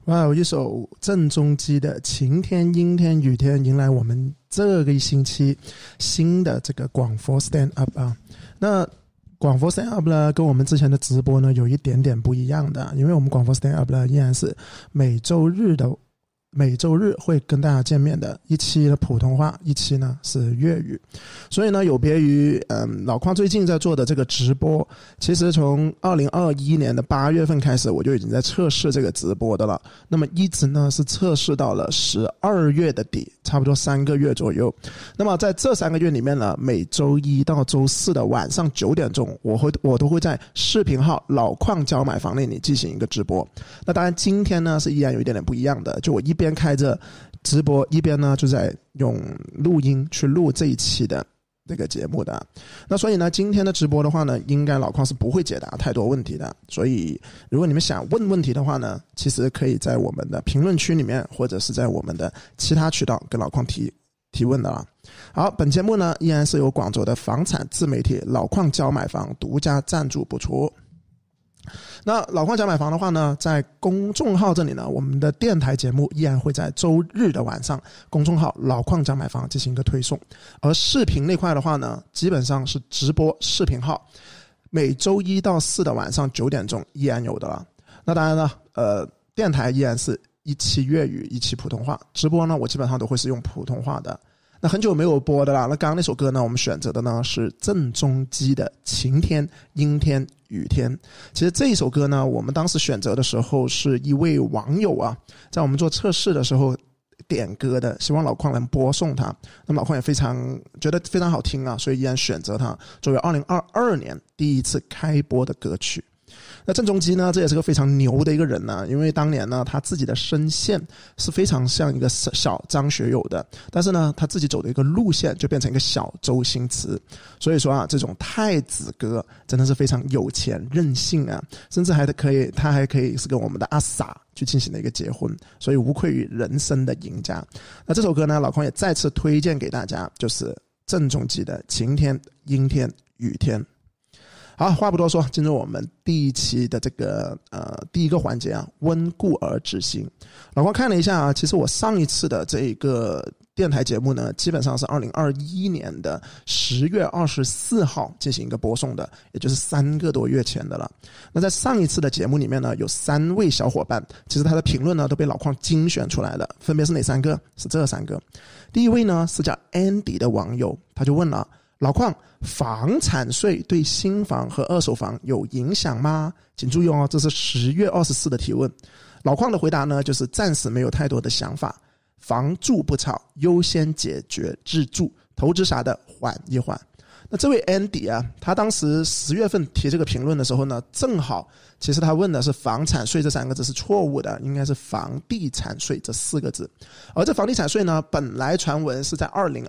哇，有一首郑中基的晴天阴天雨天，迎来我们这个一星期新的这个广佛 stand up 啊。那广佛 stand up 呢，跟我们之前的直播呢有一点点不一样的，因为我们广佛 stand up 呢依然是每周日会跟大家见面的，一期的普通话，一期呢是粤语。所以呢有别于老邝最近在做的这个直播，其实从2021年的8月份开始我就已经在测试这个直播的了，那么一直呢是测试到了12月的底，差不多3个月左右。那么在这3个月里面呢，每周一到周四的晚上9点钟我都会在视频号老邝教买房那里进行一个直播。那当然今天呢是依然有一点点不一样的，就我一边开着直播一边呢就在用录音去录这一期的这个节目的。那所以呢今天的直播的话呢，应该老邝是不会解答太多问题的，所以如果你们想问问题的话呢，其实可以在我们的评论区里面或者是在我们的其他渠道跟老邝提问的了。好，本节目呢依然是由广州的房产自媒体老邝教买房独家赞助播出。那老邝教买房的话呢，在公众号这里呢，我们的电台节目依然会在周日的晚上公众号老邝教买房进行一个推送，而视频那块的话呢，基本上是直播视频号，每周一到四的晚上9点钟依然有的了。那当然呢电台依然是一期粤语一期普通话，直播呢我基本上都会是用普通话的。那很久没有播的啦，那刚刚那首歌呢，我们选择的呢是郑中基的晴天阴天雨天。其实这一首歌呢，我们当时选择的时候是一位网友啊，在我们做测试的时候点歌的，希望老邝能播送他。那么老邝也觉得非常好听啊，所以依然选择他作为2022年第一次开播的歌曲。那郑中基呢，这也是个非常牛的一个人呢，因为当年呢他自己的声线是非常像一个小张学友的，但是呢他自己走的一个路线就变成一个小周星驰。所以说啊，这种太子哥真的是非常有钱任性啊，甚至他还可以是跟我们的阿 sa 去进行的一个结婚，所以无愧于人生的赢家。那这首歌呢，老邝也再次推荐给大家，就是郑中基的晴天阴天雨天。好，话不多说，进入我们第一期的这个第一个环节啊，温故而知新。老邝看了一下啊，其实我上一次的这个电台节目呢，基本上是2021年的10月24号进行一个播送的，也就是3个多月前的了。那在上一次的节目里面呢，有3位小伙伴，其实他的评论呢都被老邝精选出来了，分别是哪3个？是这3个。第一位呢是叫 Andy 的网友，他就问了，老邝，房产税对新房和二手房有影响吗？请注意哦，这是10月24的提问。老邝的回答呢，就是暂时没有太多的想法，房住不炒，优先解决自住，投资啥的缓一缓。那这位 Andy 啊，他当时10月份提这个评论的时候呢，正好其实他问的是房产税这3个字是错误的，应该是房地产税这4个字。而这房地产税呢，本来传闻是在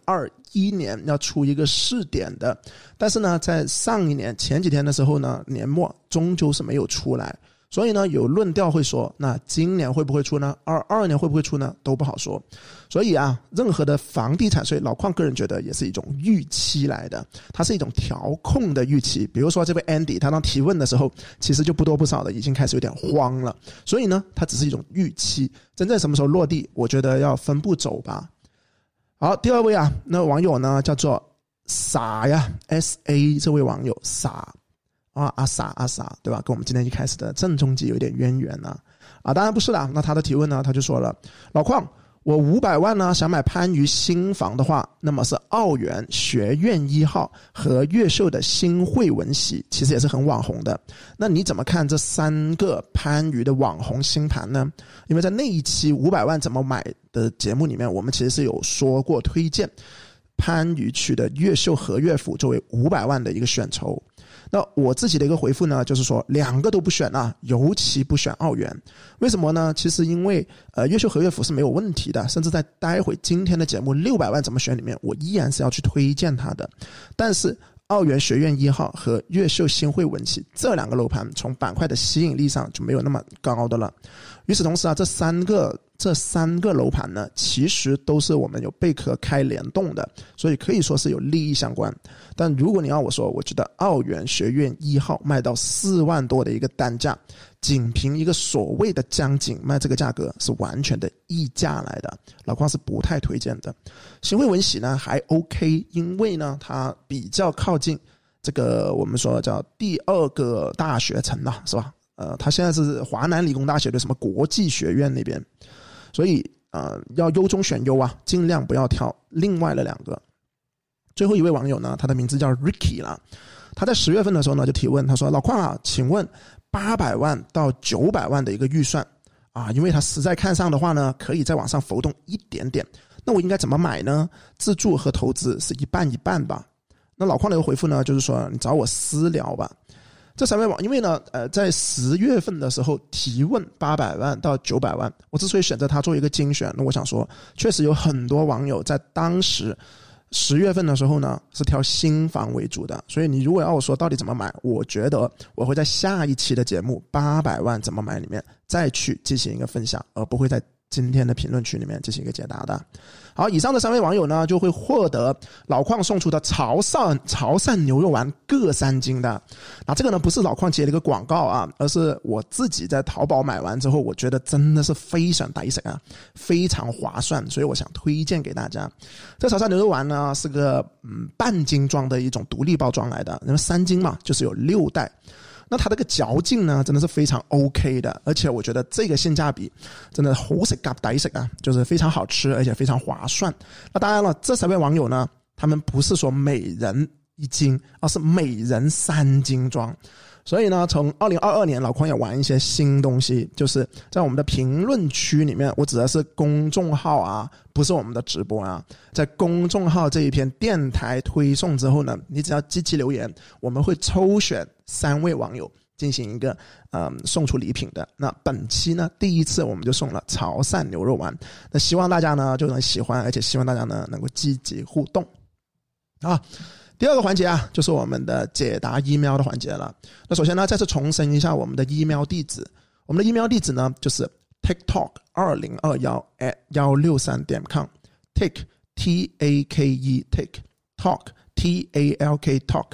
2021年要出一个试点的，但是呢在上一年前几天的时候呢，年末终究是没有出来。所以呢，有论调会说，那今年会不会出呢？22年会不会出呢？都不好说。所以啊，任何的房地产税，老邝个人觉得也是一种预期来的，它是一种调控的预期。比如说这位 Andy， 他当提问的时候，其实就不多不少的已经开始有点慌了。所以呢，它只是一种预期，真正什么时候落地，我觉得要分步走吧。好，第2位啊，那网友呢叫做傻呀 SA， 这位网友傻。阿傻，对吧？跟我们今天一开始的郑中基有一点渊源呢。当然不是啦。那他的提问呢，他就说了，老邝，我500万呢想买番禺新房的话，那么是澳园学院1号和越秀的新汇文喜，其实也是很网红的。那你怎么看这3个番禺的网红新盘呢？因为在那一期500万怎么买的节目里面，我们其实是有说过推荐番禺区的越秀和悦府作为500万的一个选筹。那我自己的一个回复呢，就是说2个都不选啊，尤其不选澳园。为什么呢？其实因为越秀和悦府是没有问题的，甚至在待会今天的节目600万怎么选里面，我依然是要去推荐它的。但是澳园学院1号和越秀新汇文喜这2个楼盘从板块的吸引力上就没有那么高的了。与此同时啊，这3 这3个楼盘呢，其实都是我们有贝壳开联动的，所以可以说是有利益相关。但如果你要我说，我觉得奥园学院1号卖到4万多的一个单价，仅凭一个所谓的江景卖这个价格是完全的溢价来的，老邝是不太推荐的。新会文喜呢还 OK， 因为呢它比较靠近这个我们说叫第2个大学城了，是吧？它现在是华南理工大学的什么国际学院那边，所以要优中选优啊，尽量不要挑另外的2个。最后一位网友呢，他的名字叫 Ricky 啦，他在10月份的时候呢就提问，他说老邝啊，请问800万到900万的一个预算啊，因为他实在看上的话呢，可以再往上浮动一点点，那我应该怎么买呢？自住和投资是一半一半吧？那老邝的一个回复呢，就是说你找我私聊吧。这3位网，因为呢，在10月份的时候提问800万到900万，我之所以选择它做一个精选，那我想说，确实有很多网友在当时10月份的时候呢，是挑新房为主的，所以你如果要我说到底怎么买，我觉得我会在下一期的节目800万怎么买里面再去进行一个分享，而不会在今天的评论区里面进行一个解答的。好，以上的3位网友呢，就会获得老邝送出的潮汕牛肉丸各3斤的。那这个呢，不是老邝接了一个广告啊，而是我自己在淘宝买完之后，我觉得真的是非常抵食啊，非常划算，所以我想推荐给大家。这潮汕牛肉丸呢，是个半斤装的一种独立包装来的，因为3斤嘛，就是有6袋。那它这个嚼劲呢，真的是非常 OK 的，而且我觉得这个性价比真的好食夾抵食啊，就是非常好吃，而且非常划算。那当然了，这3位网友呢，他们不是说每人1斤，而是每人3斤装。所以呢，从2022年老邝也玩一些新东西，就是在我们的评论区里面，我指的是公众号啊，不是我们的直播啊，在公众号这一篇电台推送之后呢，你只要积极留言，我们会抽选3位网友进行一个送出礼品的。那本期呢，第一次我们就送了潮汕牛肉丸，那希望大家呢就能喜欢，而且希望大家呢能够积极互动啊。第2个环节啊，就是我们的解答 email 的环节了。那首先呢，再次重申一下我们的 email 地址。我们的 email 地址呢，就是 tiktalk2021@163.com take TAKE take talk TALK talk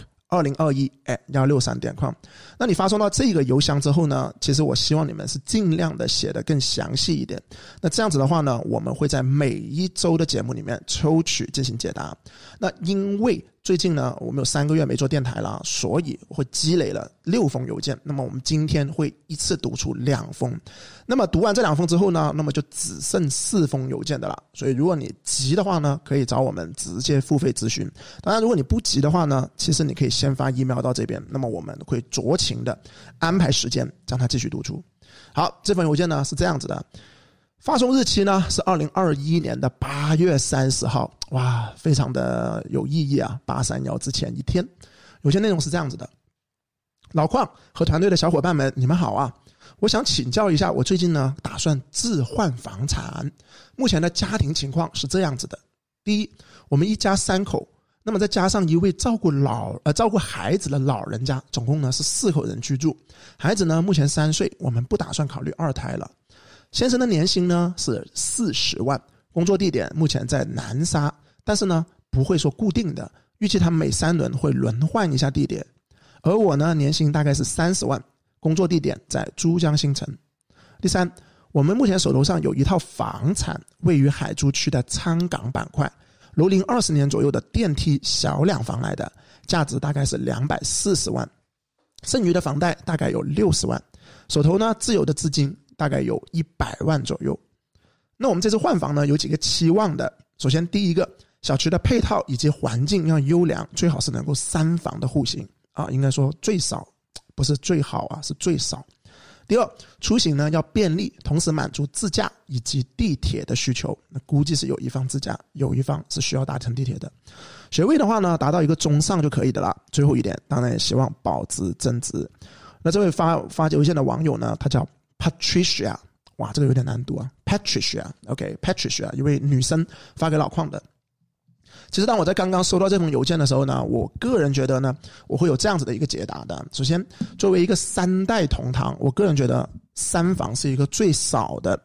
2021@163.com。那你发送到这个邮箱之后呢，其实我希望你们是尽量的写得更详细一点。那这样子的话呢，我们会在每一周的节目里面抽取进行解答。那因为最近呢，我们有3个月没做电台了，所以会积累了6封邮件。那么我们今天会一次读出2封。那么读完这2封之后呢，那么就只剩4封邮件的了。所以如果你急的话呢，可以找我们直接付费咨询。当然，如果你不急的话呢，其实你可以先发 email 到这边，那么我们会酌情的安排时间让它继续读出。好，这封邮件呢是这样子的。发送日期呢是2021年的8月30号，哇，非常的有意义啊！831之前1天，有些内容是这样子的：老邝和团队的小伙伴们，你们好啊！我想请教一下，我最近呢打算置换房产，目前的家庭情况是这样子的：第一，我们一家3口，那么再加上一位照顾孩子的老人家，总共呢是4口人居住。孩子呢目前3岁，我们不打算考虑2胎了。先生的年薪呢是40万，工作地点目前在南沙，但是呢不会说固定的，预计他每3轮会轮换一下地点。而我呢年薪大概是30万，工作地点在珠江新城。第三，我们目前手头上有一套房产，位于海珠区的昌港板块，楼龄20年左右的电梯小两房来的，价值大概是240万，剩余的房贷大概有60万，手头呢自有的资金大概有100万左右。那我们这次换房呢有几个期望的。首先第一个，小区的配套以及环境要优良，最好是能够3房的户型啊，应该说最少，不是最好啊，是最少。第二，出行呢要便利，同时满足自驾以及地铁的需求。那估计是有一方自驾，有一方是需要搭乘地铁的。学位的话呢，达到一个中上就可以的了。最后一点，当然也希望保值增值。那这位发邮件的网友呢，他叫 Patricia， 哇，这个有点难读啊 ，Patricia， OK，Patricia， 一位女生发给老邝的。其实当我在刚刚收到这封邮件的时候呢，我个人觉得呢，我会有这样子的一个解答的。首先，作为一个3代同堂，我个人觉得3房是一个最少的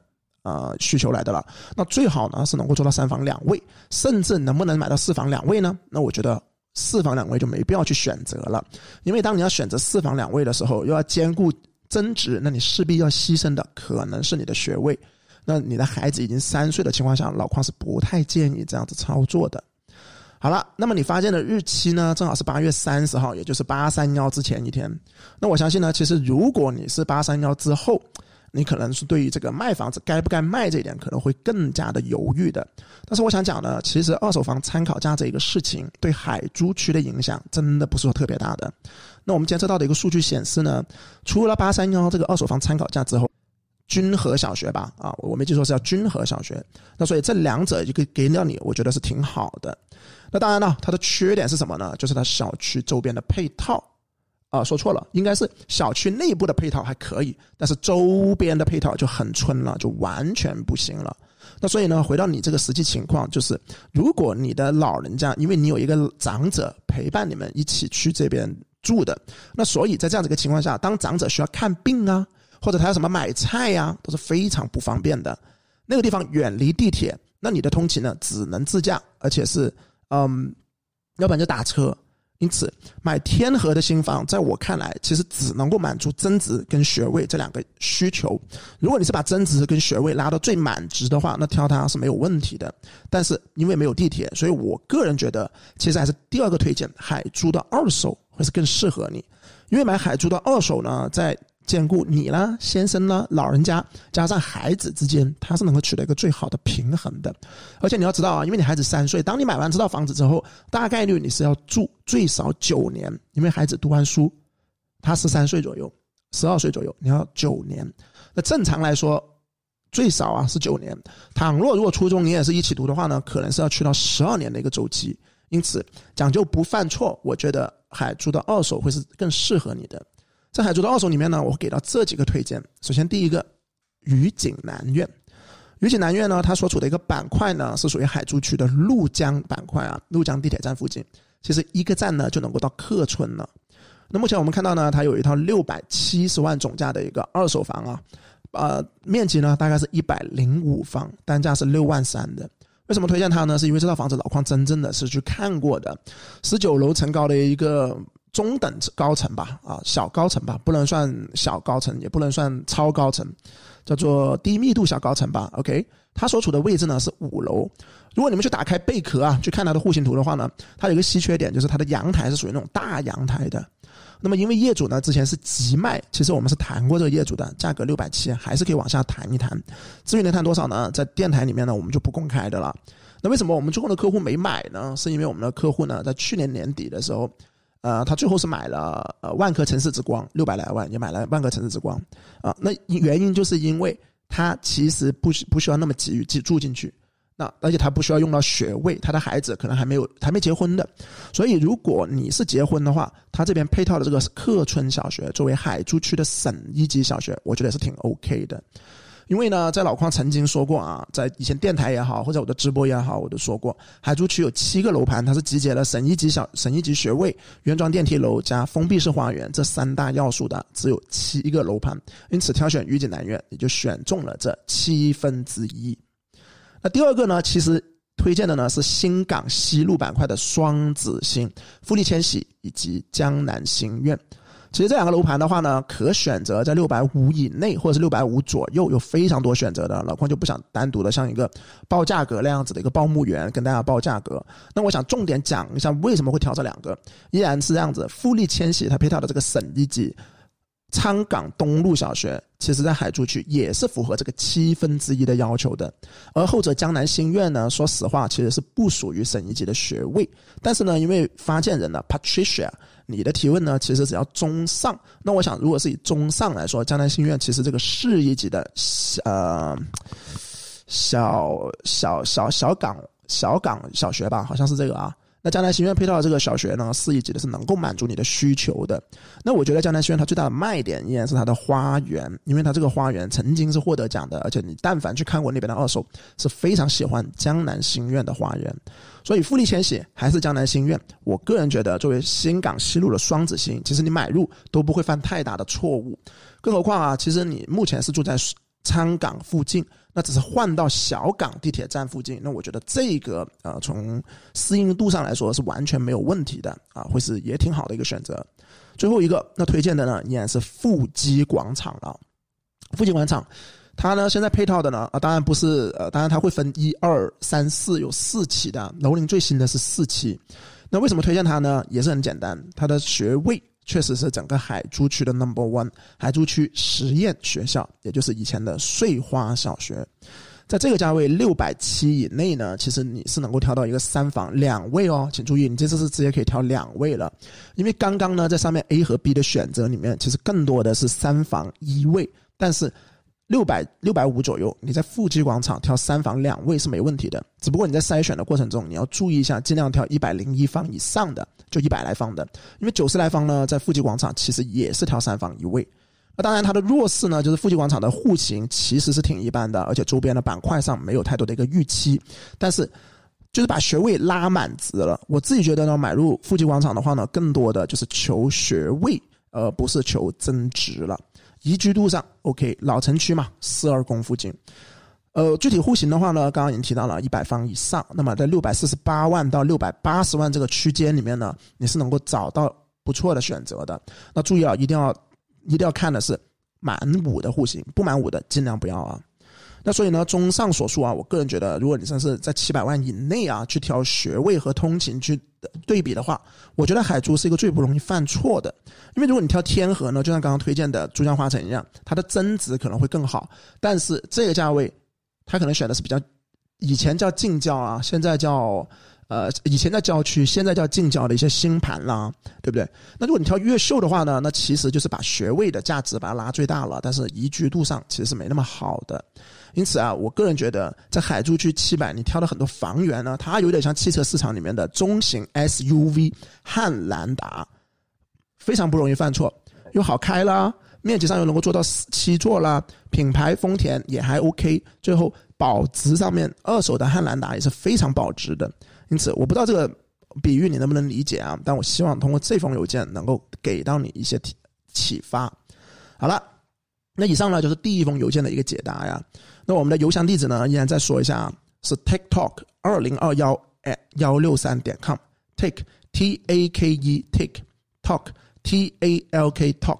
需求来的了。那最好呢是能够做到3房2卫，甚至能不能买到4房2卫呢？那我觉得4房2卫就没必要去选择了，因为当你要选择4房2卫的时候，又要兼顾增值，那你势必要牺牲的可能是你的学位。那你的孩子已经3岁的情况下，老邝是不太建议这样子操作的。好了，那么你发现的日期呢，正好是8月30号，也就是831之前一天。那我相信呢，其实如果你是831之后，你可能是对于这个卖房子该不该卖这一点可能会更加的犹豫的。但是我想讲呢，其实二手房参考价这一个事情对海珠区的影响真的不是说特别大的。那我们监测到的一个数据显示呢，除了831这个二手房参考价之后，君和小学吧，我没记错是叫君和小学，那所以这两者一个给到你，我觉得是挺好的。那当然了，它的缺点是什么呢？就是它小区周边的配套说错了，应该是小区内部的配套还可以，但是周边的配套就很村了，就完全不行了。那所以呢，回到你这个实际情况，就是如果你的老人家，因为你有一个长者陪伴你们一起去这边住的，那所以在这样的一个情况下，当长者需要看病啊，或者他要什么买菜啊，都是非常不方便的。那个地方远离地铁，那你的通勤呢只能自驾，而且是要不然就打车。因此买天河的新房在我看来其实只能够满足增值跟学位这两个需求。如果你是把增值跟学位拉到最满值的话，那挑它是没有问题的。但是因为没有地铁，所以我个人觉得其实还是第二个推荐海珠的二手会是更适合你。因为买海珠的二手呢，在兼顾你啦、先生啦、老人家加上孩子之间，它是能够取得一个最好的平衡的。而且你要知道因为你孩子3岁，当你买完这套房子之后，大概率你是要住最少9年，因为孩子读完书，他13岁左右、12岁左右，你要9年。那正常来说，最少是9年。倘若如果初中你也是一起读的话呢，可能是要去到12年的一个周期。因此，讲究不犯错，我觉得海珠的二手会是更适合你的。在海珠的二手里面呢，我会给到这几个推荐。首先第一个，愉景南苑。愉景南苑呢，它所处的一个板块呢，是属于海珠区的鹭江板块鹭江地铁站附近。其实一个站呢就能够到客村了。那目前我们看到呢，它有一套670万总价的一个二手房面积呢大概是105方，单价是6万3的。为什么推荐它呢？是因为这套房子老邝真正的是去看过的，19楼层高的一个中等高层吧，小高层吧，不能算小高层，也不能算超高层，叫做低密度小高层吧。OK， 它所处的位置呢是5楼。如果你们去打开贝壳去看它的户型图的话呢，它有一个稀缺点，就是它的阳台是属于那种大阳台的。那么因为业主呢之前是急卖，其实我们是谈过这个业主的，价格670，还是可以往下谈一谈。至于能谈多少呢，在电台里面呢我们就不公开的了。那为什么我们最后的客户没买呢？是因为我们的客户呢在去年年底的时候他最后是买了万科城市之光600来万，也买了万科城市之光那原因就是因为他其实不需要那么急于住进去，那而且他不需要用到学位，他的孩子可能还没结婚的。所以如果你是结婚的话，他这边配套的这个客村小学作为海珠区的省1级小学，我觉得也是挺 OK 的。因为呢，在老邝曾经说过在以前电台也好，或者我的直播也好，我都说过，海珠区有7个楼盘，它是集结了省一级学位、原装电梯楼加封闭式花园这3大要素的，只有7个楼盘。因此挑选愉景南苑，也就选中了这1/7。那第二个呢，其实推荐的呢是新港西路板块的双子星、富力千禧以及江南新苑。其实这两个楼盘的话呢，可选择在650以内或者是650左右，有非常多选择的。老邝就不想单独的像一个报价格那样子的一个报幕员跟大家报价格。那我想重点讲一下为什么会挑这两个，依然是这样子。富力千禧它配套的这个省1级昌港东路小学，其实在海珠区也是符合这个1/7的要求的。而后者江南新苑呢，说实话其实是不属于省1级的学位，但是呢，因为发件人呢 Patricia 你的提问呢其实只要中上，那我想如果是以中上来说，江南新苑其实这个市1级的小港小学吧，好像是这个那江南新苑配套的这个小学呢，4一级的是能够满足你的需求的。那我觉得江南新苑它最大的卖点依然是它的花园，因为它这个花园曾经是获得奖的，而且你但凡去看过那边的二手，是非常喜欢江南新苑的花园。所以富力千禧还是江南新苑，我个人觉得作为新港西路的双子星，其实你买入都不会犯太大的错误。更何况其实你目前是住在昌港附近， 那只是换到小港地铁站附近，那我觉得这个从适应度上来说是完全没有问题的啊，会是也挺好的一个选择。最后一个那推荐的呢依然是富基广场了。富基广场它呢现在配套的呢当然不是当然它会分1、2、3、4有4期的，楼龄最新的是4期。那为什么推荐它呢？也是很简单，它的学位确实是整个海珠区的 No.1 海珠区实验学校，也就是以前的穗花小学。在这个价位670以内呢，其实你是能够挑到一个3房2卫哦，请注意你这次是直接可以挑2卫了。因为刚刚呢在上面 A 和 B 的选择里面其实更多的是3房1卫，但是650左右，你在富基广场挑3房2卫是没问题的。只不过你在筛选的过程中，你要注意一下，尽量挑101方以上的，就100来方的。因为90来方呢，在富基广场其实也是挑3房1卫。那当然它的弱势呢，就是富基广场的户型其实是挺一般的，而且周边的板块上没有太多的一个预期。但是就是把学位拉满值了。我自己觉得呢，买入富基广场的话呢，更多的就是求学位，不是求增值了。宜居度上 OK， 老城区嘛，42公附近。具体户型的话呢，刚刚已经提到了100方以上，那么在648万到680万这个区间里面呢，你是能够找到不错的选择的。那注意啊，一定要看的是满5的户型，不满5的尽量不要啊。那所以呢，综上所述啊，我个人觉得，如果你真是在700万以内啊，去挑学位和通勤去对比的话，我觉得海珠是一个最不容易犯错的。因为如果你挑天河呢，就像刚刚推荐的珠江花城一样，它的增值可能会更好，但是这个价位，它可能选的是比较以前叫近郊啊，现在叫以前在郊区，现在叫近郊的一些新盘啦，对不对？那如果你挑越秀的话呢，那其实就是把学位的价值把它拉最大了，但是宜居度上其实是没那么好的。因此啊，我个人觉得在海珠区700，你挑的很多房源呢，它有点像汽车市场里面的中型 SUV 汉兰达，非常不容易犯错，又好开啦，面积上又能够做到7座啦，品牌丰田也还 OK， 最后保值上面二手的汉兰达也是非常保值的。因此我不知道这个比喻你能不能理解啊，但我希望通过这封邮件能够给到你一些启发。好了，那以上呢就是第一封邮件的一个解答呀。那我们的邮箱地址呢依然再说一下，是 techtalk2021@163.com， take TAKE take talk TALK talk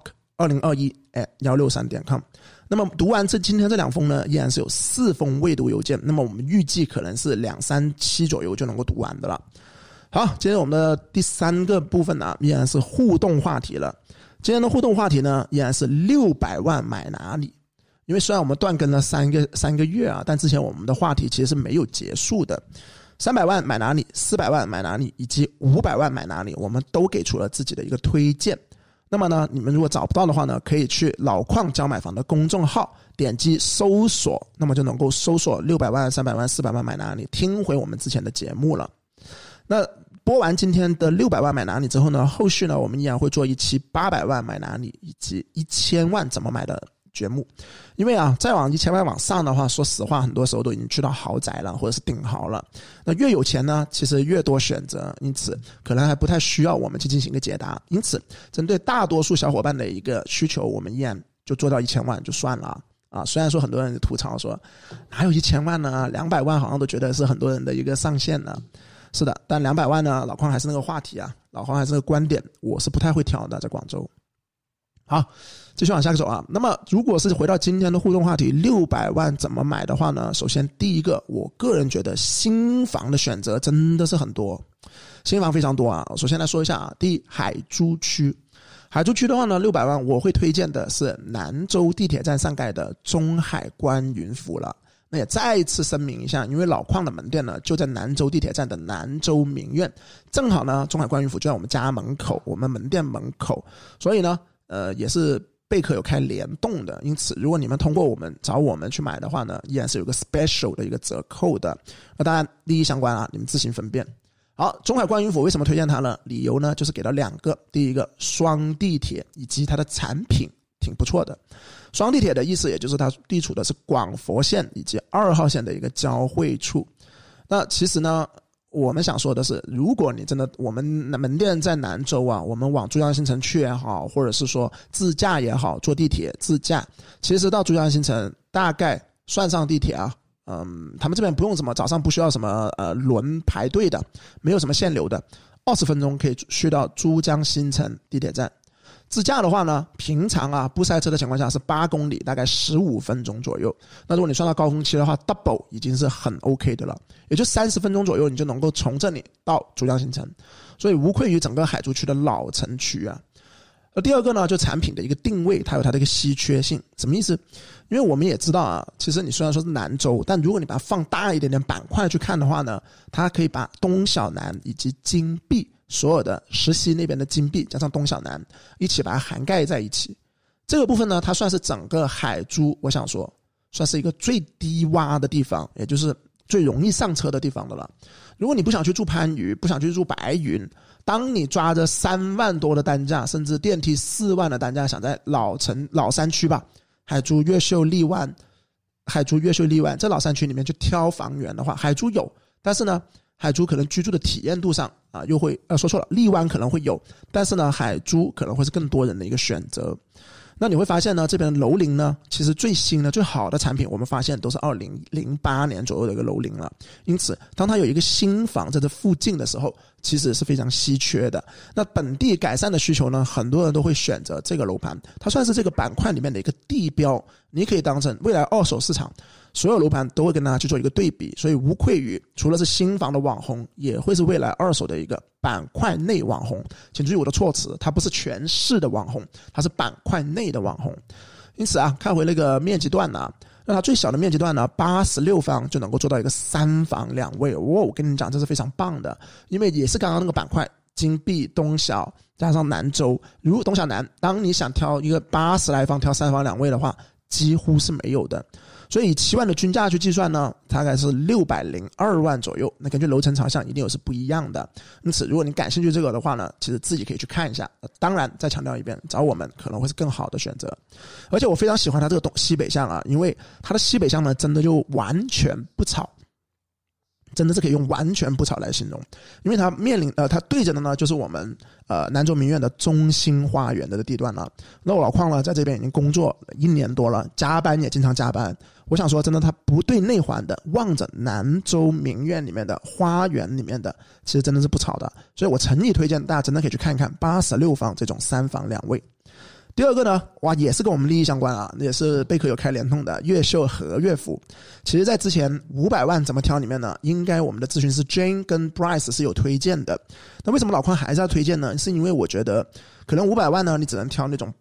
2021@163.com。那么读完今天这2封呢，依然是有4封未读邮件，那么我们预计可能是2、3期左右就能够读完的了。好，接着我们的第3个部分呢，依然是互动话题了。今天的互动话题呢，依然是600万买哪里？因为虽然我们断更了三个月啊，但之前我们的话题其实是没有结束的。300万买哪里，400万买哪里，以及500万买哪里，我们都给出了自己的一个推荐。那么呢，你们如果找不到的话呢，可以去老矿教买房的公众号点击搜索，那么就能够搜索600万、300万、400万买哪里，听回我们之前的节目了。那播完今天的600万买哪里之后呢，后续呢我们依然会做一期800万买哪里以及1000万怎么买的节目。因为啊，再往1000万往上的话，说实话很多时候都已经去到豪宅了，或者是顶豪了。那越有钱呢，其实越多选择，因此可能还不太需要我们去进行一个解答。因此针对大多数小伙伴的一个需求，我们依然就做到1000万就算了啊。虽然说很多人吐槽说哪有1000万呢，200万好像都觉得是很多人的一个上限呢。是的，但200万呢，老邝还是那个话题啊，老邝还是那个观点，我是不太会挑的，在广州。好，继续往下走啊。那么如果是回到今天的互动话题，600万怎么买的话呢？首先第一个，我个人觉得新房的选择真的是很多，新房非常多啊。首先来说一下啊，第一，海珠区。海珠区的话呢，600万我会推荐的是南州地铁站上盖的中海观云府了。那也再一次声明一下，因为老邝的门店呢就在南州地铁站的南州名苑，正好呢中海观云府就在我们家门口，我们门店门口，所以呢也是贝壳有开联动的，因此如果你们通过我们找我们去买的话呢，依然是有个 special 的一个折扣的。那当然利益相关啊，你们自行分辨。好，中海观云府为什么推荐它呢？理由呢就是给了2个，第一个双地铁以及它的产品挺不错的。双地铁的意思也就是它地处的是广佛线以及2号线的一个交汇处。那其实呢我们想说的是，如果你真的我们门店在南州啊，我们往珠江新城去也好，或者是说自驾也好，坐地铁自驾，其实到珠江新城大概算上地铁啊，他们这边不用什么早上不需要什么轮排队的，没有什么限流的，20分钟可以去到珠江新城地铁站。自驾的话呢，平常啊不塞车的情况下是8公里，大概15分钟左右。那如果你算到高峰期的话 ，double 已经是很 OK 的了，也就30分钟左右，你就能够从这里到珠江新城，所以无愧于整个海珠区的老城区啊。而第二个呢，就产品的一个定位，它有它的一个稀缺性。什么意思？因为我们也知道啊，其实你虽然说是南州，但如果你把它放大一点点板块去看的话呢，它可以把东小南以及金碧所有的石溪那边的金碧加上东小南一起把它涵盖在一起。这个部分呢，它算是整个海珠，我想说算是一个最低洼的地方，也就是最容易上车的地方的了。如果你不想去住番禺，不想去住白云，当你抓着3万多的单价，甚至电梯4万的单价，想在老山区吧，海珠、越秀、荔湾这老山区里面去挑房源的话，海珠有，但是呢海珠可能居住的体验度上啊，又会说错了，荔湾可能会有，但是呢海珠可能会是更多人的一个选择。那你会发现呢，这边的楼龄呢，其实最新的最好的产品，我们发现都是2008年左右的一个楼龄了。因此当它有一个新房在这附近的时候，其实是非常稀缺的。那本地改善的需求呢，很多人都会选择这个楼盘，它算是这个板块里面的一个地标，你可以当成未来二手市场所有楼盘都会跟它去做一个对比，所以无愧于除了是新房的网红，也会是未来二手的一个板块内网红。请注意我的措辞，它不是全市的网红，它是板块内的网红。因此啊，看回那个面积段呢，那它最小的面积段呢，86方就能够做到一个3房2卫。我跟你讲，这是非常棒的，因为也是刚刚那个板块，金碧、东小加上南州，如东小南，当你想挑一个80来方挑3房2卫的话，几乎是没有的。所以以7万的均价去计算呢，大概是602万左右。那根据楼层朝向一定有是不一样的。因此如果你感兴趣这个的话呢，其实自己可以去看一下。当然再强调一遍，找我们可能会是更好的选择。而且我非常喜欢它这个西北向啊，因为它的西北向呢真的就完全不吵，真的是可以用完全不吵来形容。因为它它对着的呢就是我们南州名苑的中心花园的地段了。那我老邝呢在这边已经工作1年多了，加班也经常加班。我想说真的，它不对内环的，望着南州名苑里面的花园里面的，其实真的是不吵的。所以我诚意推荐大家真的可以去看一看86方这种3房2卫。第二个呢，哇，也是跟我们利益相关啊，也是贝壳有开联通的越秀和悦府。其实在之前500万怎么挑里面呢，应该我们的咨询师 Jane 跟 Bryce 是有推荐的。那为什么老邝还是要推荐呢？是因为我觉得可能500万呢，你只能挑那种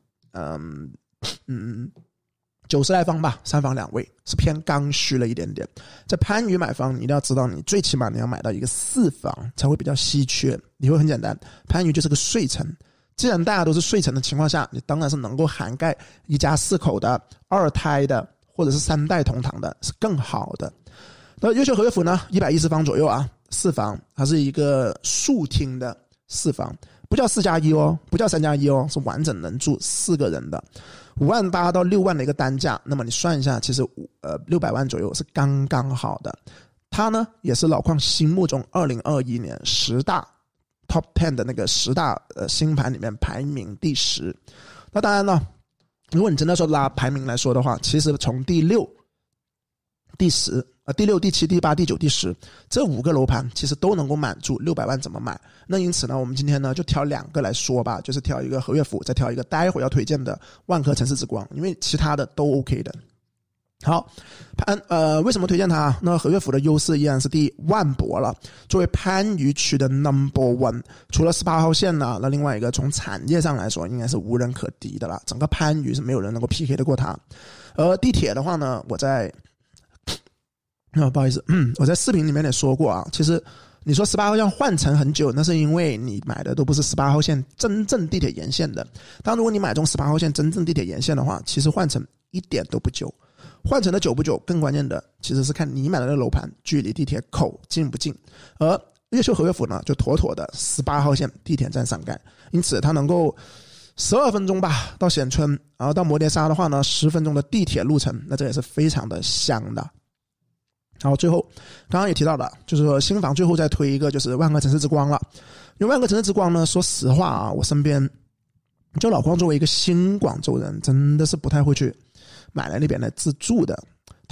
90来方吧，3房2卫是偏刚需了一点点。在番禺买房，你一定要知道，你最起码你要买到一个4房才会比较稀缺。理由很简单，番禺就是个税城，既然大家都是税城的情况下，你当然是能够涵盖1家4口的、2胎的，或者是3代同堂的，是更好的。那越秀和悦府呢，110方左右啊，4房，它是一个竖厅的4房，不叫4+1哦，不叫3+1哦，是完整能住4个人的。5万8到6万的一个单价，那么你算一下，其实600万左右是刚刚好的。它呢也是老邝心目中2021年10大 Top 10的那个10大新盘里面排名第10。那当然了，如果你真的说拉排名来说的话，其实从第6、第10、第6、第7、第8、第9、第10这5个楼盘其实都能够满足600万怎么买。那因此呢，我们今天呢就挑2个来说吧，就是挑一个和悦府，再挑一个待会要推荐的万科城市之光，因为其他的都 OK 的。好，为什么推荐它？那和悦府的优势依然是第一，万博了，作为番禺区的 No.1， 除了18号线呢，那另外一个从产业上来说应该是无人可敌的啦，整个番禺是没有人能够 PK 得过它。而地铁的话呢，不好意思，我在视频里面也说过啊，其实你说18号线换乘很久，那是因为你买的都不是18号线真正地铁沿线的。当如果你买中18号线真正地铁沿线的话，其实换乘一点都不久。换乘的久不久，更关键的其实是看你买的那个楼盘距离地铁口近不近。而越秀和悦府呢，就妥妥的18号线地铁站上盖，因此它能够12分钟吧到显春，然后到摩碟沙的话呢10分钟的地铁路程，那这也是非常的香的。好，最后刚刚也提到了，就是说新房最后再推一个就是万科城市之光了。因为万科城市之光呢，说实话啊，我身边就老邝作为一个新广州人，真的是不太会去买来那边来自住的。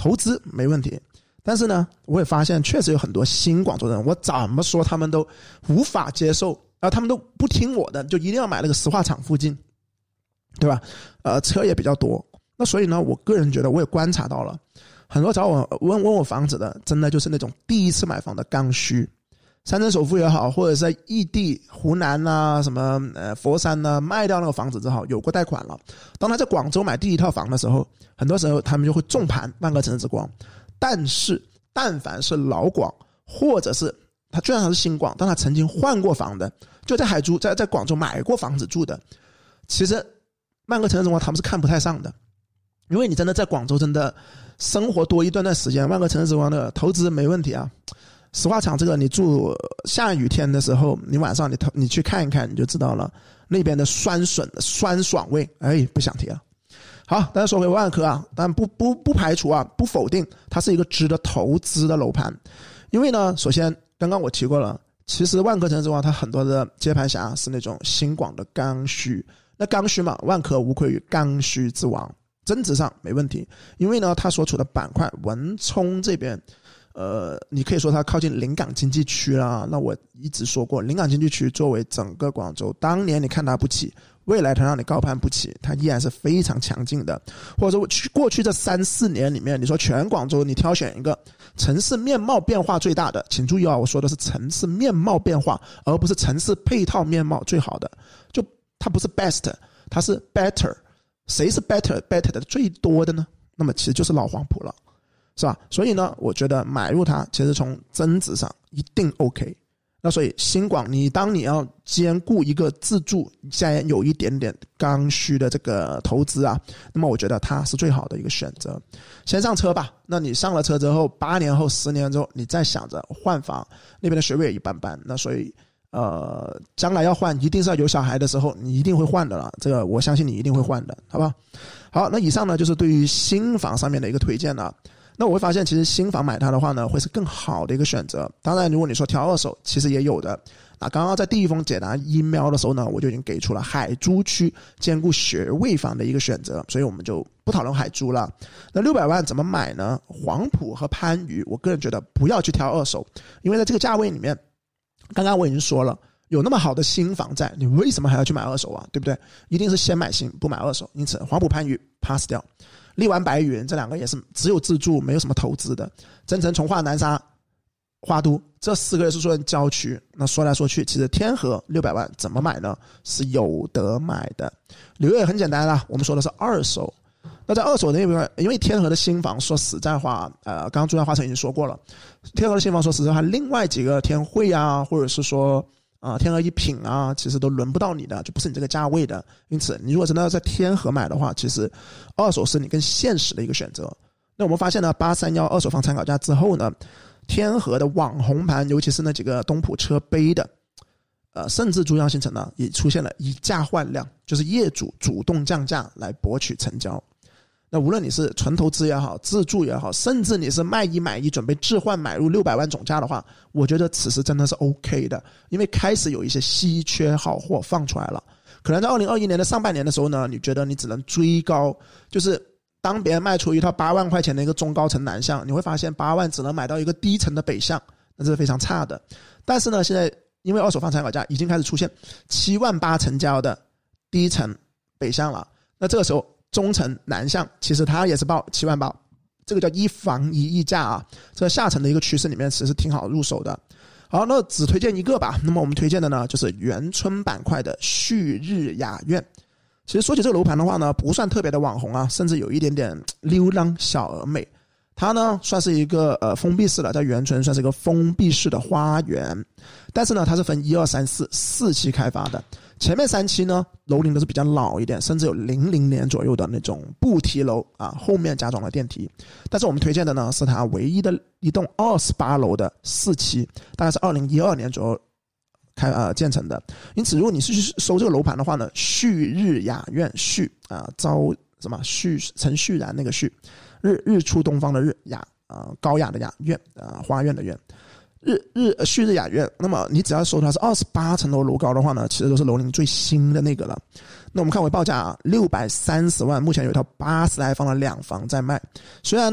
投资没问题。但是呢，我也发现确实有很多新广州人，我怎么说他们都无法接受，他们都不听我的，就一定要买那个石化厂附近，对吧？车也比较多。那所以呢，我个人觉得我也观察到了，很多找我问我房子的，真的就是那种第一次买房的刚需，三成首付也好，或者是在异地湖南啊什么佛山啊卖掉那个房子之后有过贷款了，当他在广州买第一套房的时候，很多时候他们就会重盘万科城市之光。但是但凡是老广，或者是他虽然他是新广，但他曾经换过房的，就在海珠在广州买过房子住的，其实万科城市之光他们是看不太上的。因为你真的在广州真的生活多一段时间，万科城市之光的投资没问题啊。石化厂这个你住下雨天的时候，你晚上你去看一看你就知道了，那边的酸爽味，不想提了。好，但是说回万科啊，但不排除啊，不否定它是一个值得投资的楼盘。因为呢，首先刚刚我提过了，其实万科城市之光它很多的接盘侠是那种新广的刚需，那刚需嘛，万科无愧于刚需之王，增值上没问题。因为呢，它所处的板块文冲这边你可以说它靠近临港经济区啦。那我一直说过，临港经济区作为整个广州，当年你看它不起，未来它让你高攀不起，它依然是非常强劲的。或者说过去这3-4年里面，你说全广州你挑选一个城市面貌变化最大的，请注意啊，我说的是城市面貌变化，而不是城市配套面貌最好的，就它不是 best， 它是 better。谁是 better 的最多的呢？那么其实就是老黄埔了，是吧？所以呢，我觉得买入它其实从增值上一定 OK。那所以新广当你要兼顾一个自住，现在有一点点刚需的这个投资啊，那么我觉得它是最好的一个选择。先上车吧，那你上了车之后，8年后10年之后你再想着换房，那边的学位也一般般，那所以将来要换一定是要有小孩的时候你一定会换的了，这个我相信你一定会换的，好吧？好，那以上呢就是对于新房上面的一个推荐了。那我会发现其实新房买它的话呢会是更好的一个选择。当然如果你说挑二手其实也有的，那刚刚在第一封解答 email 的时候呢，我就已经给出了海珠区兼顾学位房的一个选择，所以我们就不讨论海珠了。那600万怎么买呢？黄埔和番禺我个人觉得不要去挑二手，因为在这个价位里面，刚刚我已经说了，有那么好的新房在，你为什么还要去买二手啊？对不对？一定是先买新不买二手。因此黄埔番禺 pass 掉，荔湾白云这两个也是只有自住没有什么投资的。增城从化南沙花都这4个也是说郊区，那说来说去其实天河600万怎么买呢？是有得买的。纽约也很简单啦，我们说的是二手。那在二手那边，因为天河的新房说实在话刚刚朱家花城已经说过了，天河的新房说实在话，另外几个天汇啊，或者是说天河一品啊，其实都轮不到你的，就不是你这个价位的。因此你如果真的要在天河买的话，其实二手是你更现实的一个选择。那我们发现呢，831二手房参考价之后呢，天河的网红盘，尤其是那几个东普车杯的甚至珠江新城呢也出现了以价换量，就是业主主动降价来博取成交。那无论你是纯投资也好，自住也好，甚至你是卖一买一准备置换买入600万总价的话，我觉得此时真的是 OK 的，因为开始有一些稀缺好货放出来了。可能在2021年的上半年的时候呢，你觉得你只能追高，就是当别人卖出一套8万块钱的一个中高层南向，你会发现8万只能买到一个低层的北向，那这是非常差的。但是呢，现在因为二手房参考价已经开始出现7万8成交的低层北向了，那这个时候中层南向其实它也是报7万8，这个叫一房一溢价啊，这个下层的一个趋势里面其实是挺好入手的。好，那只推荐一个吧。那么我们推荐的呢就是元春板块的旭日雅苑。其实说起这个楼盘的话呢，不算特别的网红啊，甚至有一点点溜浪小而美。它呢算是一个封闭式的，在元春算是一个封闭式的花园，但是呢它是分1、2、3、4期开发的。前面3期呢楼龄都是比较老一点，甚至有00年左右的那种步梯楼啊，后面加装了电梯。但是我们推荐的呢是它唯一的一栋28楼的4期，大概是2012年左右建成的。因此如果你是去收这个楼盘的话呢，旭日雅苑，旭朝什么旭陈旭然那个旭，日出东方的日，雅高雅的雅，苑花苑的苑，旭日雅苑。那么你只要收它是28层楼楼高的话呢，其实都是楼龄最新的那个了。那我们看回报价630万，目前有一套80来方的2房在卖。虽然呢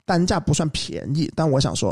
单价不算便宜，但我想说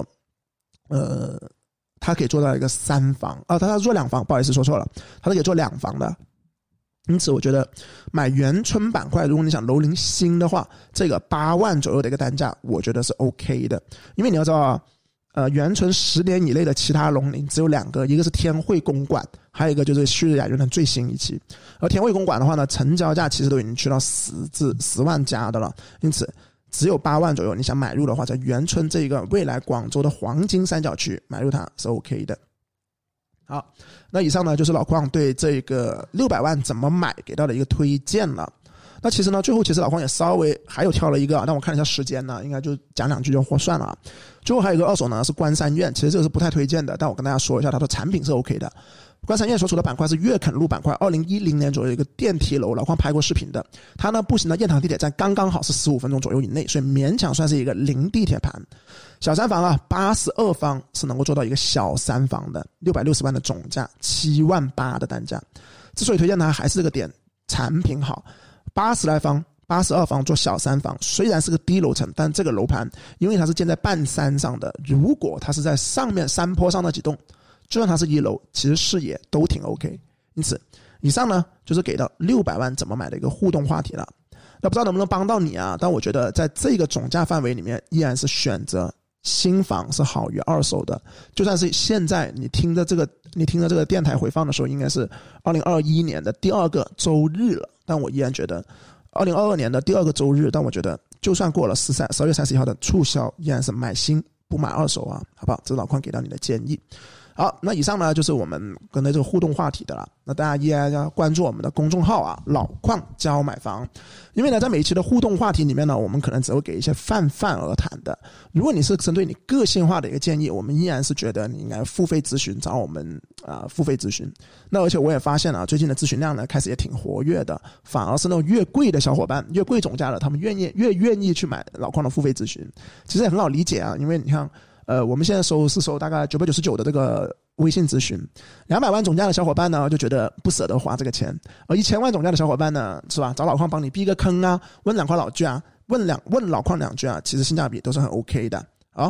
它可以做到一个3房它做2房，不好意思说错了，它是可以做2房的。因此我觉得买原春板块，如果你想楼龄新的话，这个8万左右的一个单价我觉得是 OK 的。因为你要知道啊，原春10年以内的其他楼龄只有2个，一个是天汇公馆，还有一个就是旭日雅苑的最新一期。而天汇公馆的话呢，成交价其实都已经去到10万加的了，因此只有8万左右，你想买入的话，在原春这个未来广州的黄金三角区买入它是 OK 的。好，那以上呢就是老邝对这个600万怎么买给到的一个推荐了。那其实呢，最后老邝也稍微还有挑了一个，但我看了一下时间呢，应该就讲2句就算了。最后还有一个二手呢是关山苑，其实这个是不太推荐的，但我跟大家说一下，它的产品是 OK 的。关山苑所处的板块是粤垦路板块，2010年左右一个电梯楼，老邝拍过视频的。它呢步行到雁塘地铁站刚刚好是15分钟左右以内，所以勉强算是一个零地铁盘。小3房啊，82方是能够做到一个小3房的，660万的总价，7万8的单价。之所以推荐它，还是这个点，产品好。80来方82房做小3房，虽然是个低楼层，但这个楼盘因为它是建在半山上的，如果它是在上面山坡上那几栋，就算它是1楼，其实视野都挺 OK。 因此以上呢就是给到600万怎么买的一个互动话题了。那不知道能不能帮到你啊，但我觉得在这个总价范围里面，依然是选择新房是好于二手的。就算是现在你听着这个电台回放的时候，应该是2021年的第2个周日了，但我依然觉得2022年的第2个周日，但我觉得就算过了12月31号的促销，依然是买新不买二手啊，好不好？这是老邝给到你的建议。好，那以上呢就是我们跟这个互动话题的了。那大家依然要关注我们的公众号啊，老邝教买房。因为呢，在每一期的互动话题里面呢，我们可能只会给一些泛而谈的。如果你是针对你个性化的一个建议，我们依然是觉得你应该付费咨询，找我们付费咨询。那而且我也发现最近的咨询量呢开始也挺活跃的，反而是那种越贵的小伙伴，越贵总价的，他们越愿意去买老邝的付费咨询。其实也很好理解啊，因为你看我们现在收大概999的这个微信咨询，200万总价的小伙伴呢就觉得不舍得花这个钱，而1000万总价的小伙伴呢，是吧？找老邝帮你避个坑啊，问2块老句啊，问老邝2句啊，其实性价比都是很 OK 的。好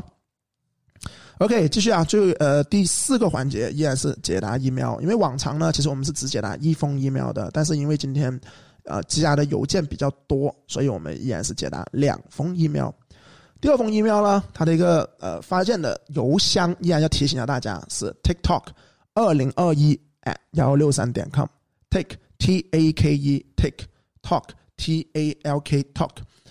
，OK， 继续啊，第4个环节依然是解答 email， 因为往常呢，其实我们是只解答1封 email 的，但是因为今天积压的邮件比较多，所以我们依然是解答2封 email。第2封 email 呢，它的一个发件的邮箱依然要提醒一下大家是 tiktok2021@163.com take TAKE take talk TALK talk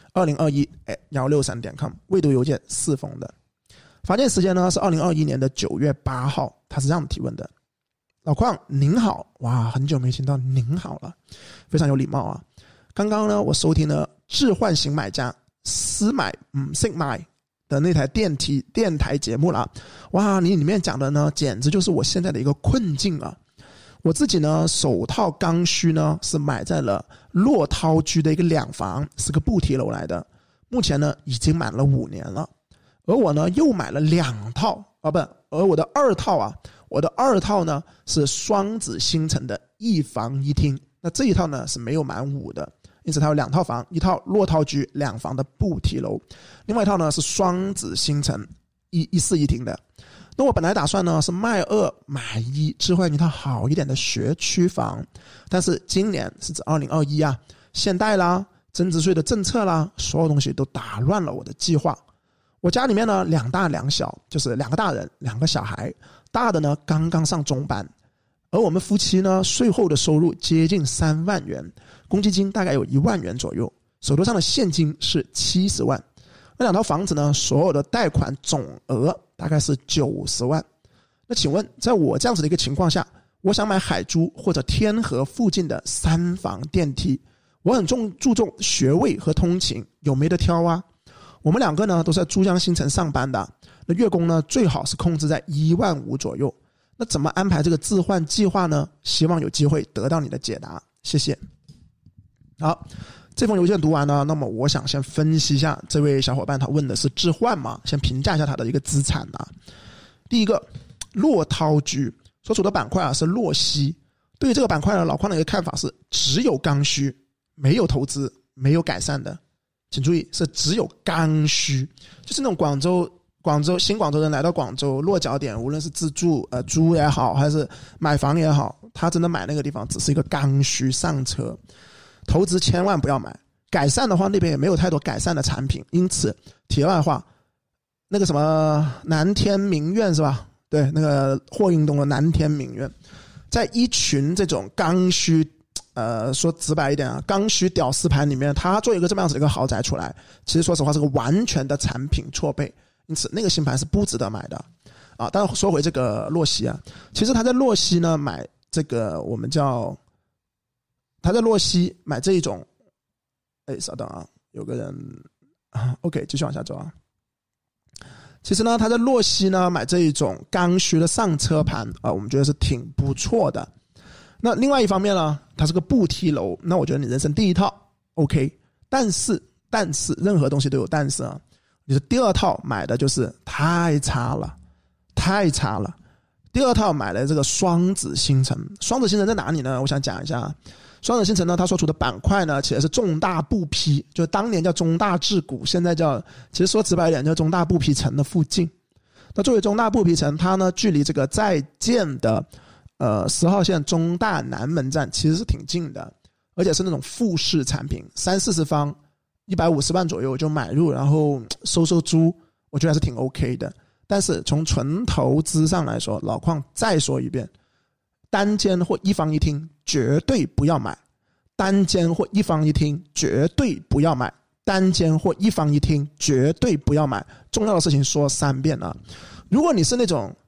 2021@163.com 未读邮件4封的。发件时间呢是2021年的9月8号，他是这样提问的：老邝您好，哇，很久没听到您好了，非常有礼貌啊。刚刚呢我收听了置换型买家私买识买的那台电台节目了，哇，你里面讲的呢简直就是我现在的一个困境啊。我自己呢首套刚需呢是买在了洛涛居的一个2房，是个布提楼来的，目前呢已经满了5年了。而我呢又买了2套而我的2套呢是双子星城的1房1厅，那这一套呢是没有满5的，因此它有2套房，一套洛涛居2房的布提楼，另外一套呢是双子星城1室1厅的。那我本来打算呢是卖2买1，置换一套好一点的学区房，但是今年是指2021啊，限贷啦、增值税的政策啦，所有东西都打乱了我的计划。我家里面呢2大2小，就是2个大人2个小孩，大的呢刚刚上中班，而我们夫妻呢税后的收入接近3万元，公积金大概有1万元左右，手头上的现金是70万。那2套房子呢所有的贷款总额大概是90万。那请问在我这样子的一个情况下，我想买海珠或者天河附近的3房电梯，我很注重学位和通勤，有没得挑啊？我们2个呢都是在珠江新城上班的，那月供呢最好是控制在1万5左右。那怎么安排这个置换计划呢？希望有机会得到你的解答，谢谢。好，这封邮件读完呢，那么我想先分析一下这位小伙伴他问的是置换嘛，先评价一下他的一个资产啊。第一个，洛涛居所处的板块是洛西，对于这个板块呢，老邝的一个看法是只有刚需，没有投资，没有改善的。 请注意是只有刚需，就是那种新广州人来到广州落脚点，无论是自住租也好还是买房也好，他真的买那个地方只是一个刚需上车，投资千万不要买。改善的话那边也没有太多改善的产品，因此题外话，那个什么南天名苑是吧，对，那个霍英东的南天名苑，在一群这种刚需说直白一点啊，刚需屌丝盘里面，他做一个这么样子的一个豪宅出来，其实说实话是个完全的产品错配，因此那个新盘是不值得买的啊。但是说回这个洛溪啊，其实他在洛溪呢买这个我们叫他在洛溪买这一种，稍等啊，有个人OK 继续往下走啊。其实呢他在洛溪呢买这一种刚需的上车盘我们觉得是挺不错的。那另外一方面呢，它是个不梯楼，那我觉得你人生第一套 OK， 但是任何东西都有但是啊，你的第二套买的就是太差了。第二套买了这个双子星城，双子星城在哪里呢？我想讲一下，双子星城呢，它所处的板块呢，其实是重大布批，就当年叫中大制股，现在叫，其实说直白一点叫中大布批城的附近。那作为中大布批城，它呢距离这个在建的10号线中大南门站其实是挺近的，而且是那种复式产品，30-40方150万左右就买入，然后收租，我觉得还是挺 OK 的。但是从纯投资上来说，老邝再说一遍，单间或一房一厅绝对不要买，单间或一房一厅绝对不要买，单间或一房一厅绝对不要买。重要的事情说3遍啊！如果你是那种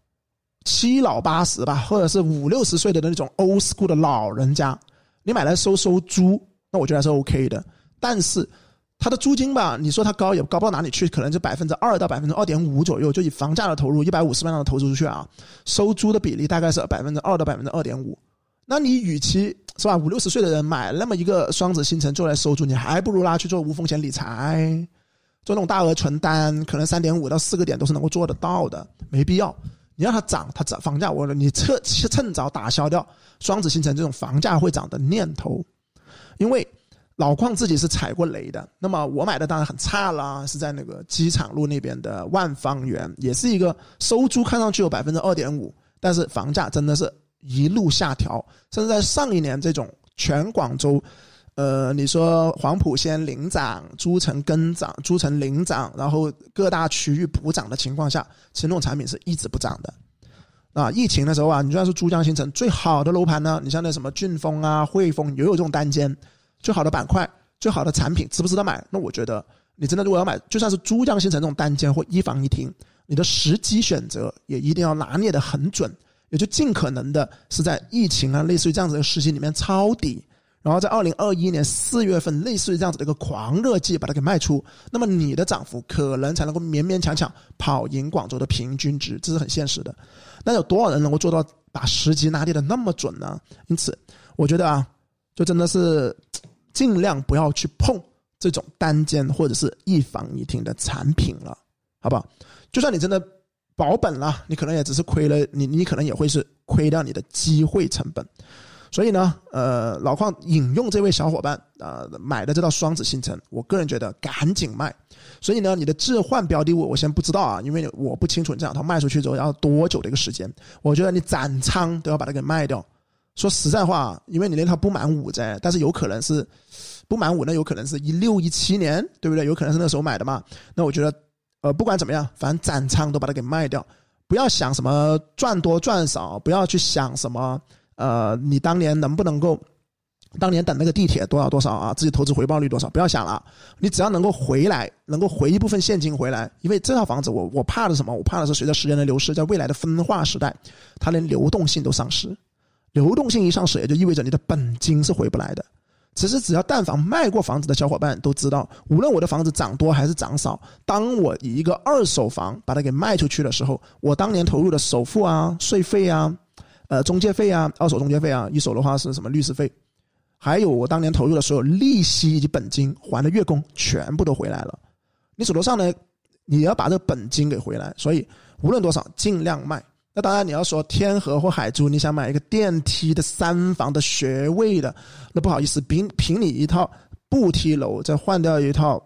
7老80吧，或者是50-60岁的那种 old school 的老人家，你买来收租，那我觉得还是 OK 的。但是它的租金吧，你说它高也高不到哪里去，可能就2%到2.5%左右，就以房价的投入150万的投资出去啊，收租的比例大概是2%到2.5%。那你与其是吧50-60岁的人买那么一个双子星城做来收租，你还不如拉去做无风险理财，做那种大额存单，可能3.5到4个点都是能够做得到的，没必要。你让它涨房价，你趁早打消掉双子星城这种房价会涨的念头。因为老邝自己是踩过雷的，那么我买的当然很差啦，是在那个机场路那边的万方园，也是一个收租看上去有 2.5%， 但是房价真的是一路下调，甚至在上一年这种全广州你说黄埔先领涨，诸城跟涨，诸城领涨，然后各大区域补涨的情况下，其实那种产品是一直不涨的啊。疫情的时候啊，你就算是珠江新城最好的楼盘呢，你像那什么骏丰啊、汇丰也有这种单间，最好的板块、最好的产品，值不值得买？那我觉得你真的如果要买，就算是珠江新城这种单间或一房一厅，你的时机选择也一定要拿捏得很准，也就尽可能的是在疫情啊类似于这样子的时期里面抄底，然后在2021年4月份类似于这样子的一个狂热季把它给卖出，那么你的涨幅可能才能够勉勉强强跑赢广州的平均值，这是很现实的。那有多少人能够做到把时机拿捏的那么准呢？因此我觉得啊，就真的是尽量不要去碰这种单间或者是一房一厅的产品了，好不好？就算你真的保本了，你可能也只是亏了，你可能也会是亏掉你的机会成本。所以呢老邝引用这位小伙伴买的这套双子星城，我个人觉得赶紧卖。所以呢你的置换标的物我先不知道啊，因为我不清楚你这两套卖出去之后要多久的一个时间，我觉得你斩仓都要把它给卖掉。说实在话，因为你那套不满5噻，但是有可能是不满5，那有可能是16-17年，对不对？有可能是那时候买的嘛。那我觉得不管怎么样，反正斩仓都把它给卖掉，不要想什么赚多赚少，不要去想什么你当年能不能够，当年等那个地铁多少啊，自己投资回报率多少，不要想了，你只要能够回来，能够回一部分现金回来。因为这套房子我怕的是什么？我怕的是随着时间的流逝，在未来的分化时代，它连流动性都丧失。流动性一丧失，也就意味着你的本金是回不来的。只要但凡卖过房子的小伙伴都知道，无论我的房子涨多还是涨少，当我以一个二手房把它给卖出去的时候，我当年投入的首付啊、税费啊、中介费啊、二手中介费啊，一手的话是什么律师费，还有我当年投入的所有利息以及本金还的月供全部都回来了。你手头上呢，你要把这个本金给回来，所以无论多少尽量卖。那当然你要说天河或海珠，你想买一个电梯的3房的学位的，那不好意思，凭你一套不梯楼再换掉一套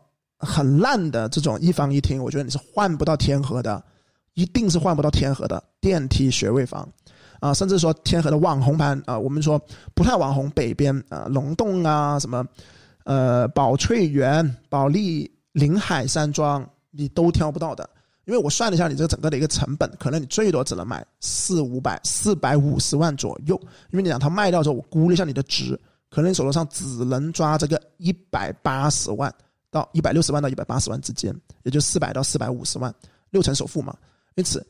很烂的这种一房一厅，我觉得你是换不到天河的，一定是换不到天河的电梯学位房甚至说天河的网红盘我们说不太网红北边龙洞什么宝翠园、保利、临海山庄你都挑不到的。因为我算了一下你这个整个的一个成本，可能你最多只能买450万左右，因为你两套卖掉之后，我估了一下你的值，可能你手头上只能抓这个180万到160万到180万之间，也就400到450万，6成首付嘛。因此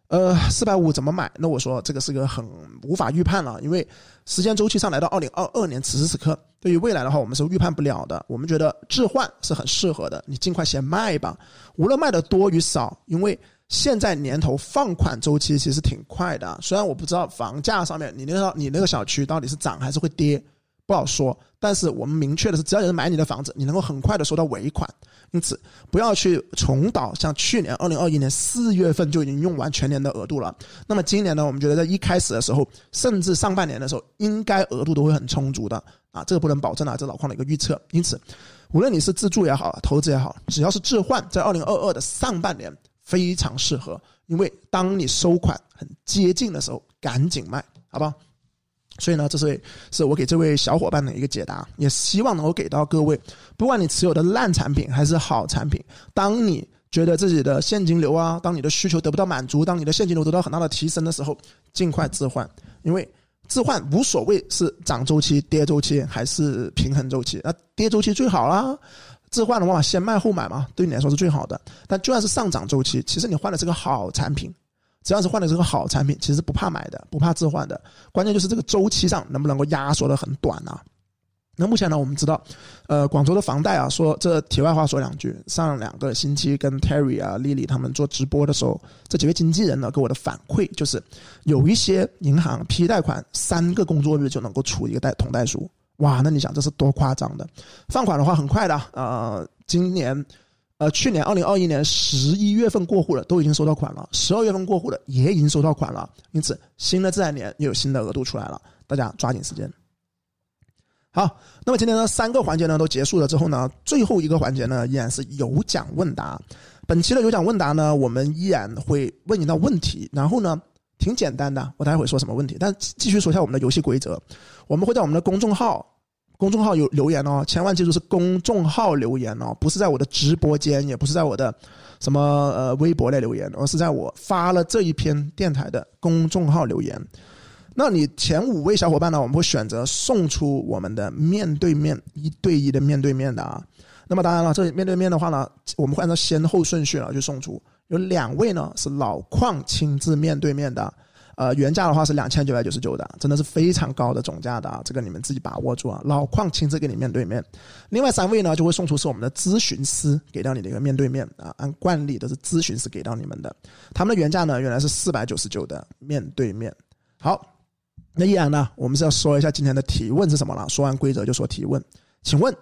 450怎么买？那我说这个是个很无法预判了，因为时间周期上来到2022年此时此刻，对于未来的话我们是预判不了的。我们觉得置换是很适合的，你尽快先卖吧，无论卖的多与少，因为现在年头放款周期其实挺快的。虽然我不知道房价上面你那个小区到底是涨还是会跌，不好说，但是我们明确的是，只要有人买你的房子，你能够很快的收到尾款。因此不要去重蹈像去年2021年4月份就已经用完全年的额度了。那么今年呢，我们觉得在一开始的时候，甚至上半年的时候，应该额度都会很充足的这个不能保证这是老邝的一个预测。因此无论你是自住也好，投资也好，只要是置换，在2022的上半年非常适合，因为当你收款很接近的时候赶紧卖，好不好？所以呢，这是我给这位小伙伴的一个解答，也希望能够给到各位，不管你持有的烂产品还是好产品，当你觉得自己的现金流当你的需求得不到满足，当你的现金流得到很大的提升的时候，尽快置换。因为置换无所谓是涨周期、跌周期还是平衡周期，那跌周期最好啦，置换的话先卖后买嘛，对你来说是最好的。但就算是上涨周期，其实你换的是个好产品，只要是换的这个好产品，其实不怕买的，不怕置换的，关键就是这个周期上能不能够压缩的很短那目前呢，我们知道广州的房贷说这题外话说两句，上2个星期跟 Terry Lily 他们做直播的时候，这几位经纪人呢给我的反馈就是有一些银行批贷款3个工作日就能够出一个同贷书。哇，那你想这是多夸张的。放款的话很快的今年去年2021年11月份过户了，都已经收到款了，12月份过户的也已经收到款了，因此新的自然年又有新的额度出来了，大家抓紧时间。好，那么今天呢3个环节呢都结束了之后呢，最后一个环节呢依然是有奖问答。本期的有奖问答呢，我们依然会问一道问题，然后呢挺简单的，我待会说什么问题，但继续说一下我们的游戏规则。我们会在我们的公众号有留言千万记住是公众号留言不是在我的直播间，也不是在我的什么微博来留言，而是在我发了这一篇电台的公众号留言。那你前5位小伙伴呢，我们会选择送出我们的面对面1对1的面对面的那么当然了，这面对面的话呢，我们会按照先后顺序去送出。有2位呢是老邝亲自面对面的，原价的话是2999的，真的是非常高的总价的这个你们自己把握住老邝亲自给你面对面。另外3位呢就会送出是我们的咨询师给到你的一个面对面按惯例都是咨询师给到你们的，他们的原价呢原来是499的面对面。好，那依然呢我们是要说一下今天的提问是什么了，说完规则就说提问。请问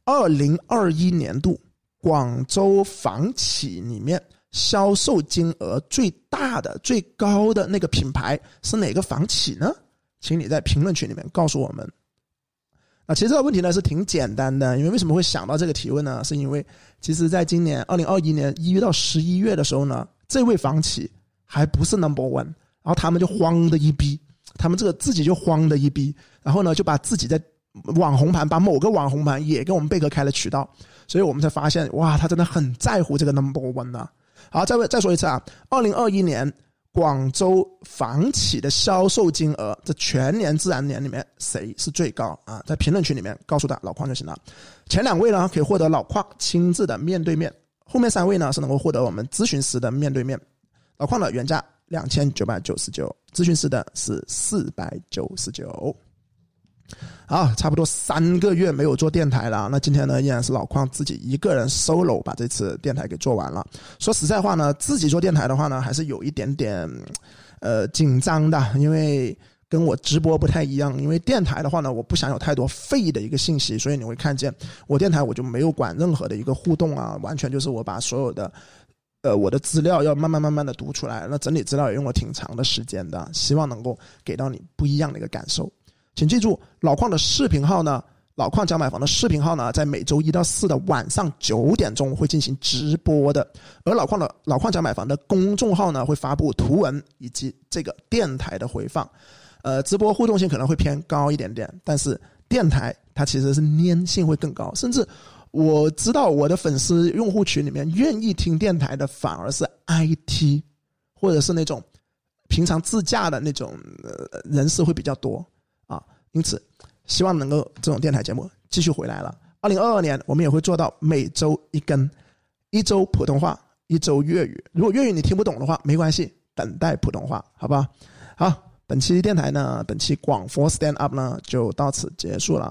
2021年度广州房企里面销售金额最大的最高的那个品牌是哪个房企呢？请你在评论区里面告诉我们。其实这个问题呢是挺简单的，因为为什么会想到这个提问呢？是因为其实在今年2021年1月到11月的时候呢，这位房企还不是 No.1， 然后他们就慌的一逼，他们这个自己就慌的一逼，然后呢就把自己在网红盘把某个网红盘也跟我们贝壳开了渠道，所以我们才发现哇，他真的很在乎这个 No.1 好，再说一次2021年广州房企的销售金额，这全年自然年里面谁是最高在评论区里面告诉老邝就行了。前2位呢可以获得老邝亲自的面对面，后面3位呢是能够获得我们咨询师的面对面。老邝的原价2999，咨询师的是499。好，差不多3个月没有做电台了，那今天呢依然是老邝自己一个人 solo 把这次电台给做完了。说实在话呢，自己做电台的话呢还是有一点点紧张的，因为跟我直播不太一样，因为电台的话呢我不想有太多废的一个信息，所以你会看见我电台我就没有管任何的一个互动完全就是我把所有的我的资料要慢慢的读出来，那整理资料也用了挺长的时间的，希望能够给到你不一样的一个感受。请记住老邝的视频号呢老邝讲买房的视频号呢，在每周1到4的晚上9点钟会进行直播的，而老邝讲买房的公众号呢，会发布图文以及这个电台的回放。直播互动性可能会偏高一点点，但是电台它其实是粘性会更高，甚至我知道我的粉丝用户群里面愿意听电台的反而是 IT 或者是那种平常自驾的那种人士会比较多啊，因此希望能够这种电台节目继续回来了。2022年我们也会做到每周1更，1周普通话，1周粤语。如果粤语你听不懂的话没关系，等待普通话，好吧？好，本期电台呢，本期广佛 Stand Up 呢就到此结束了。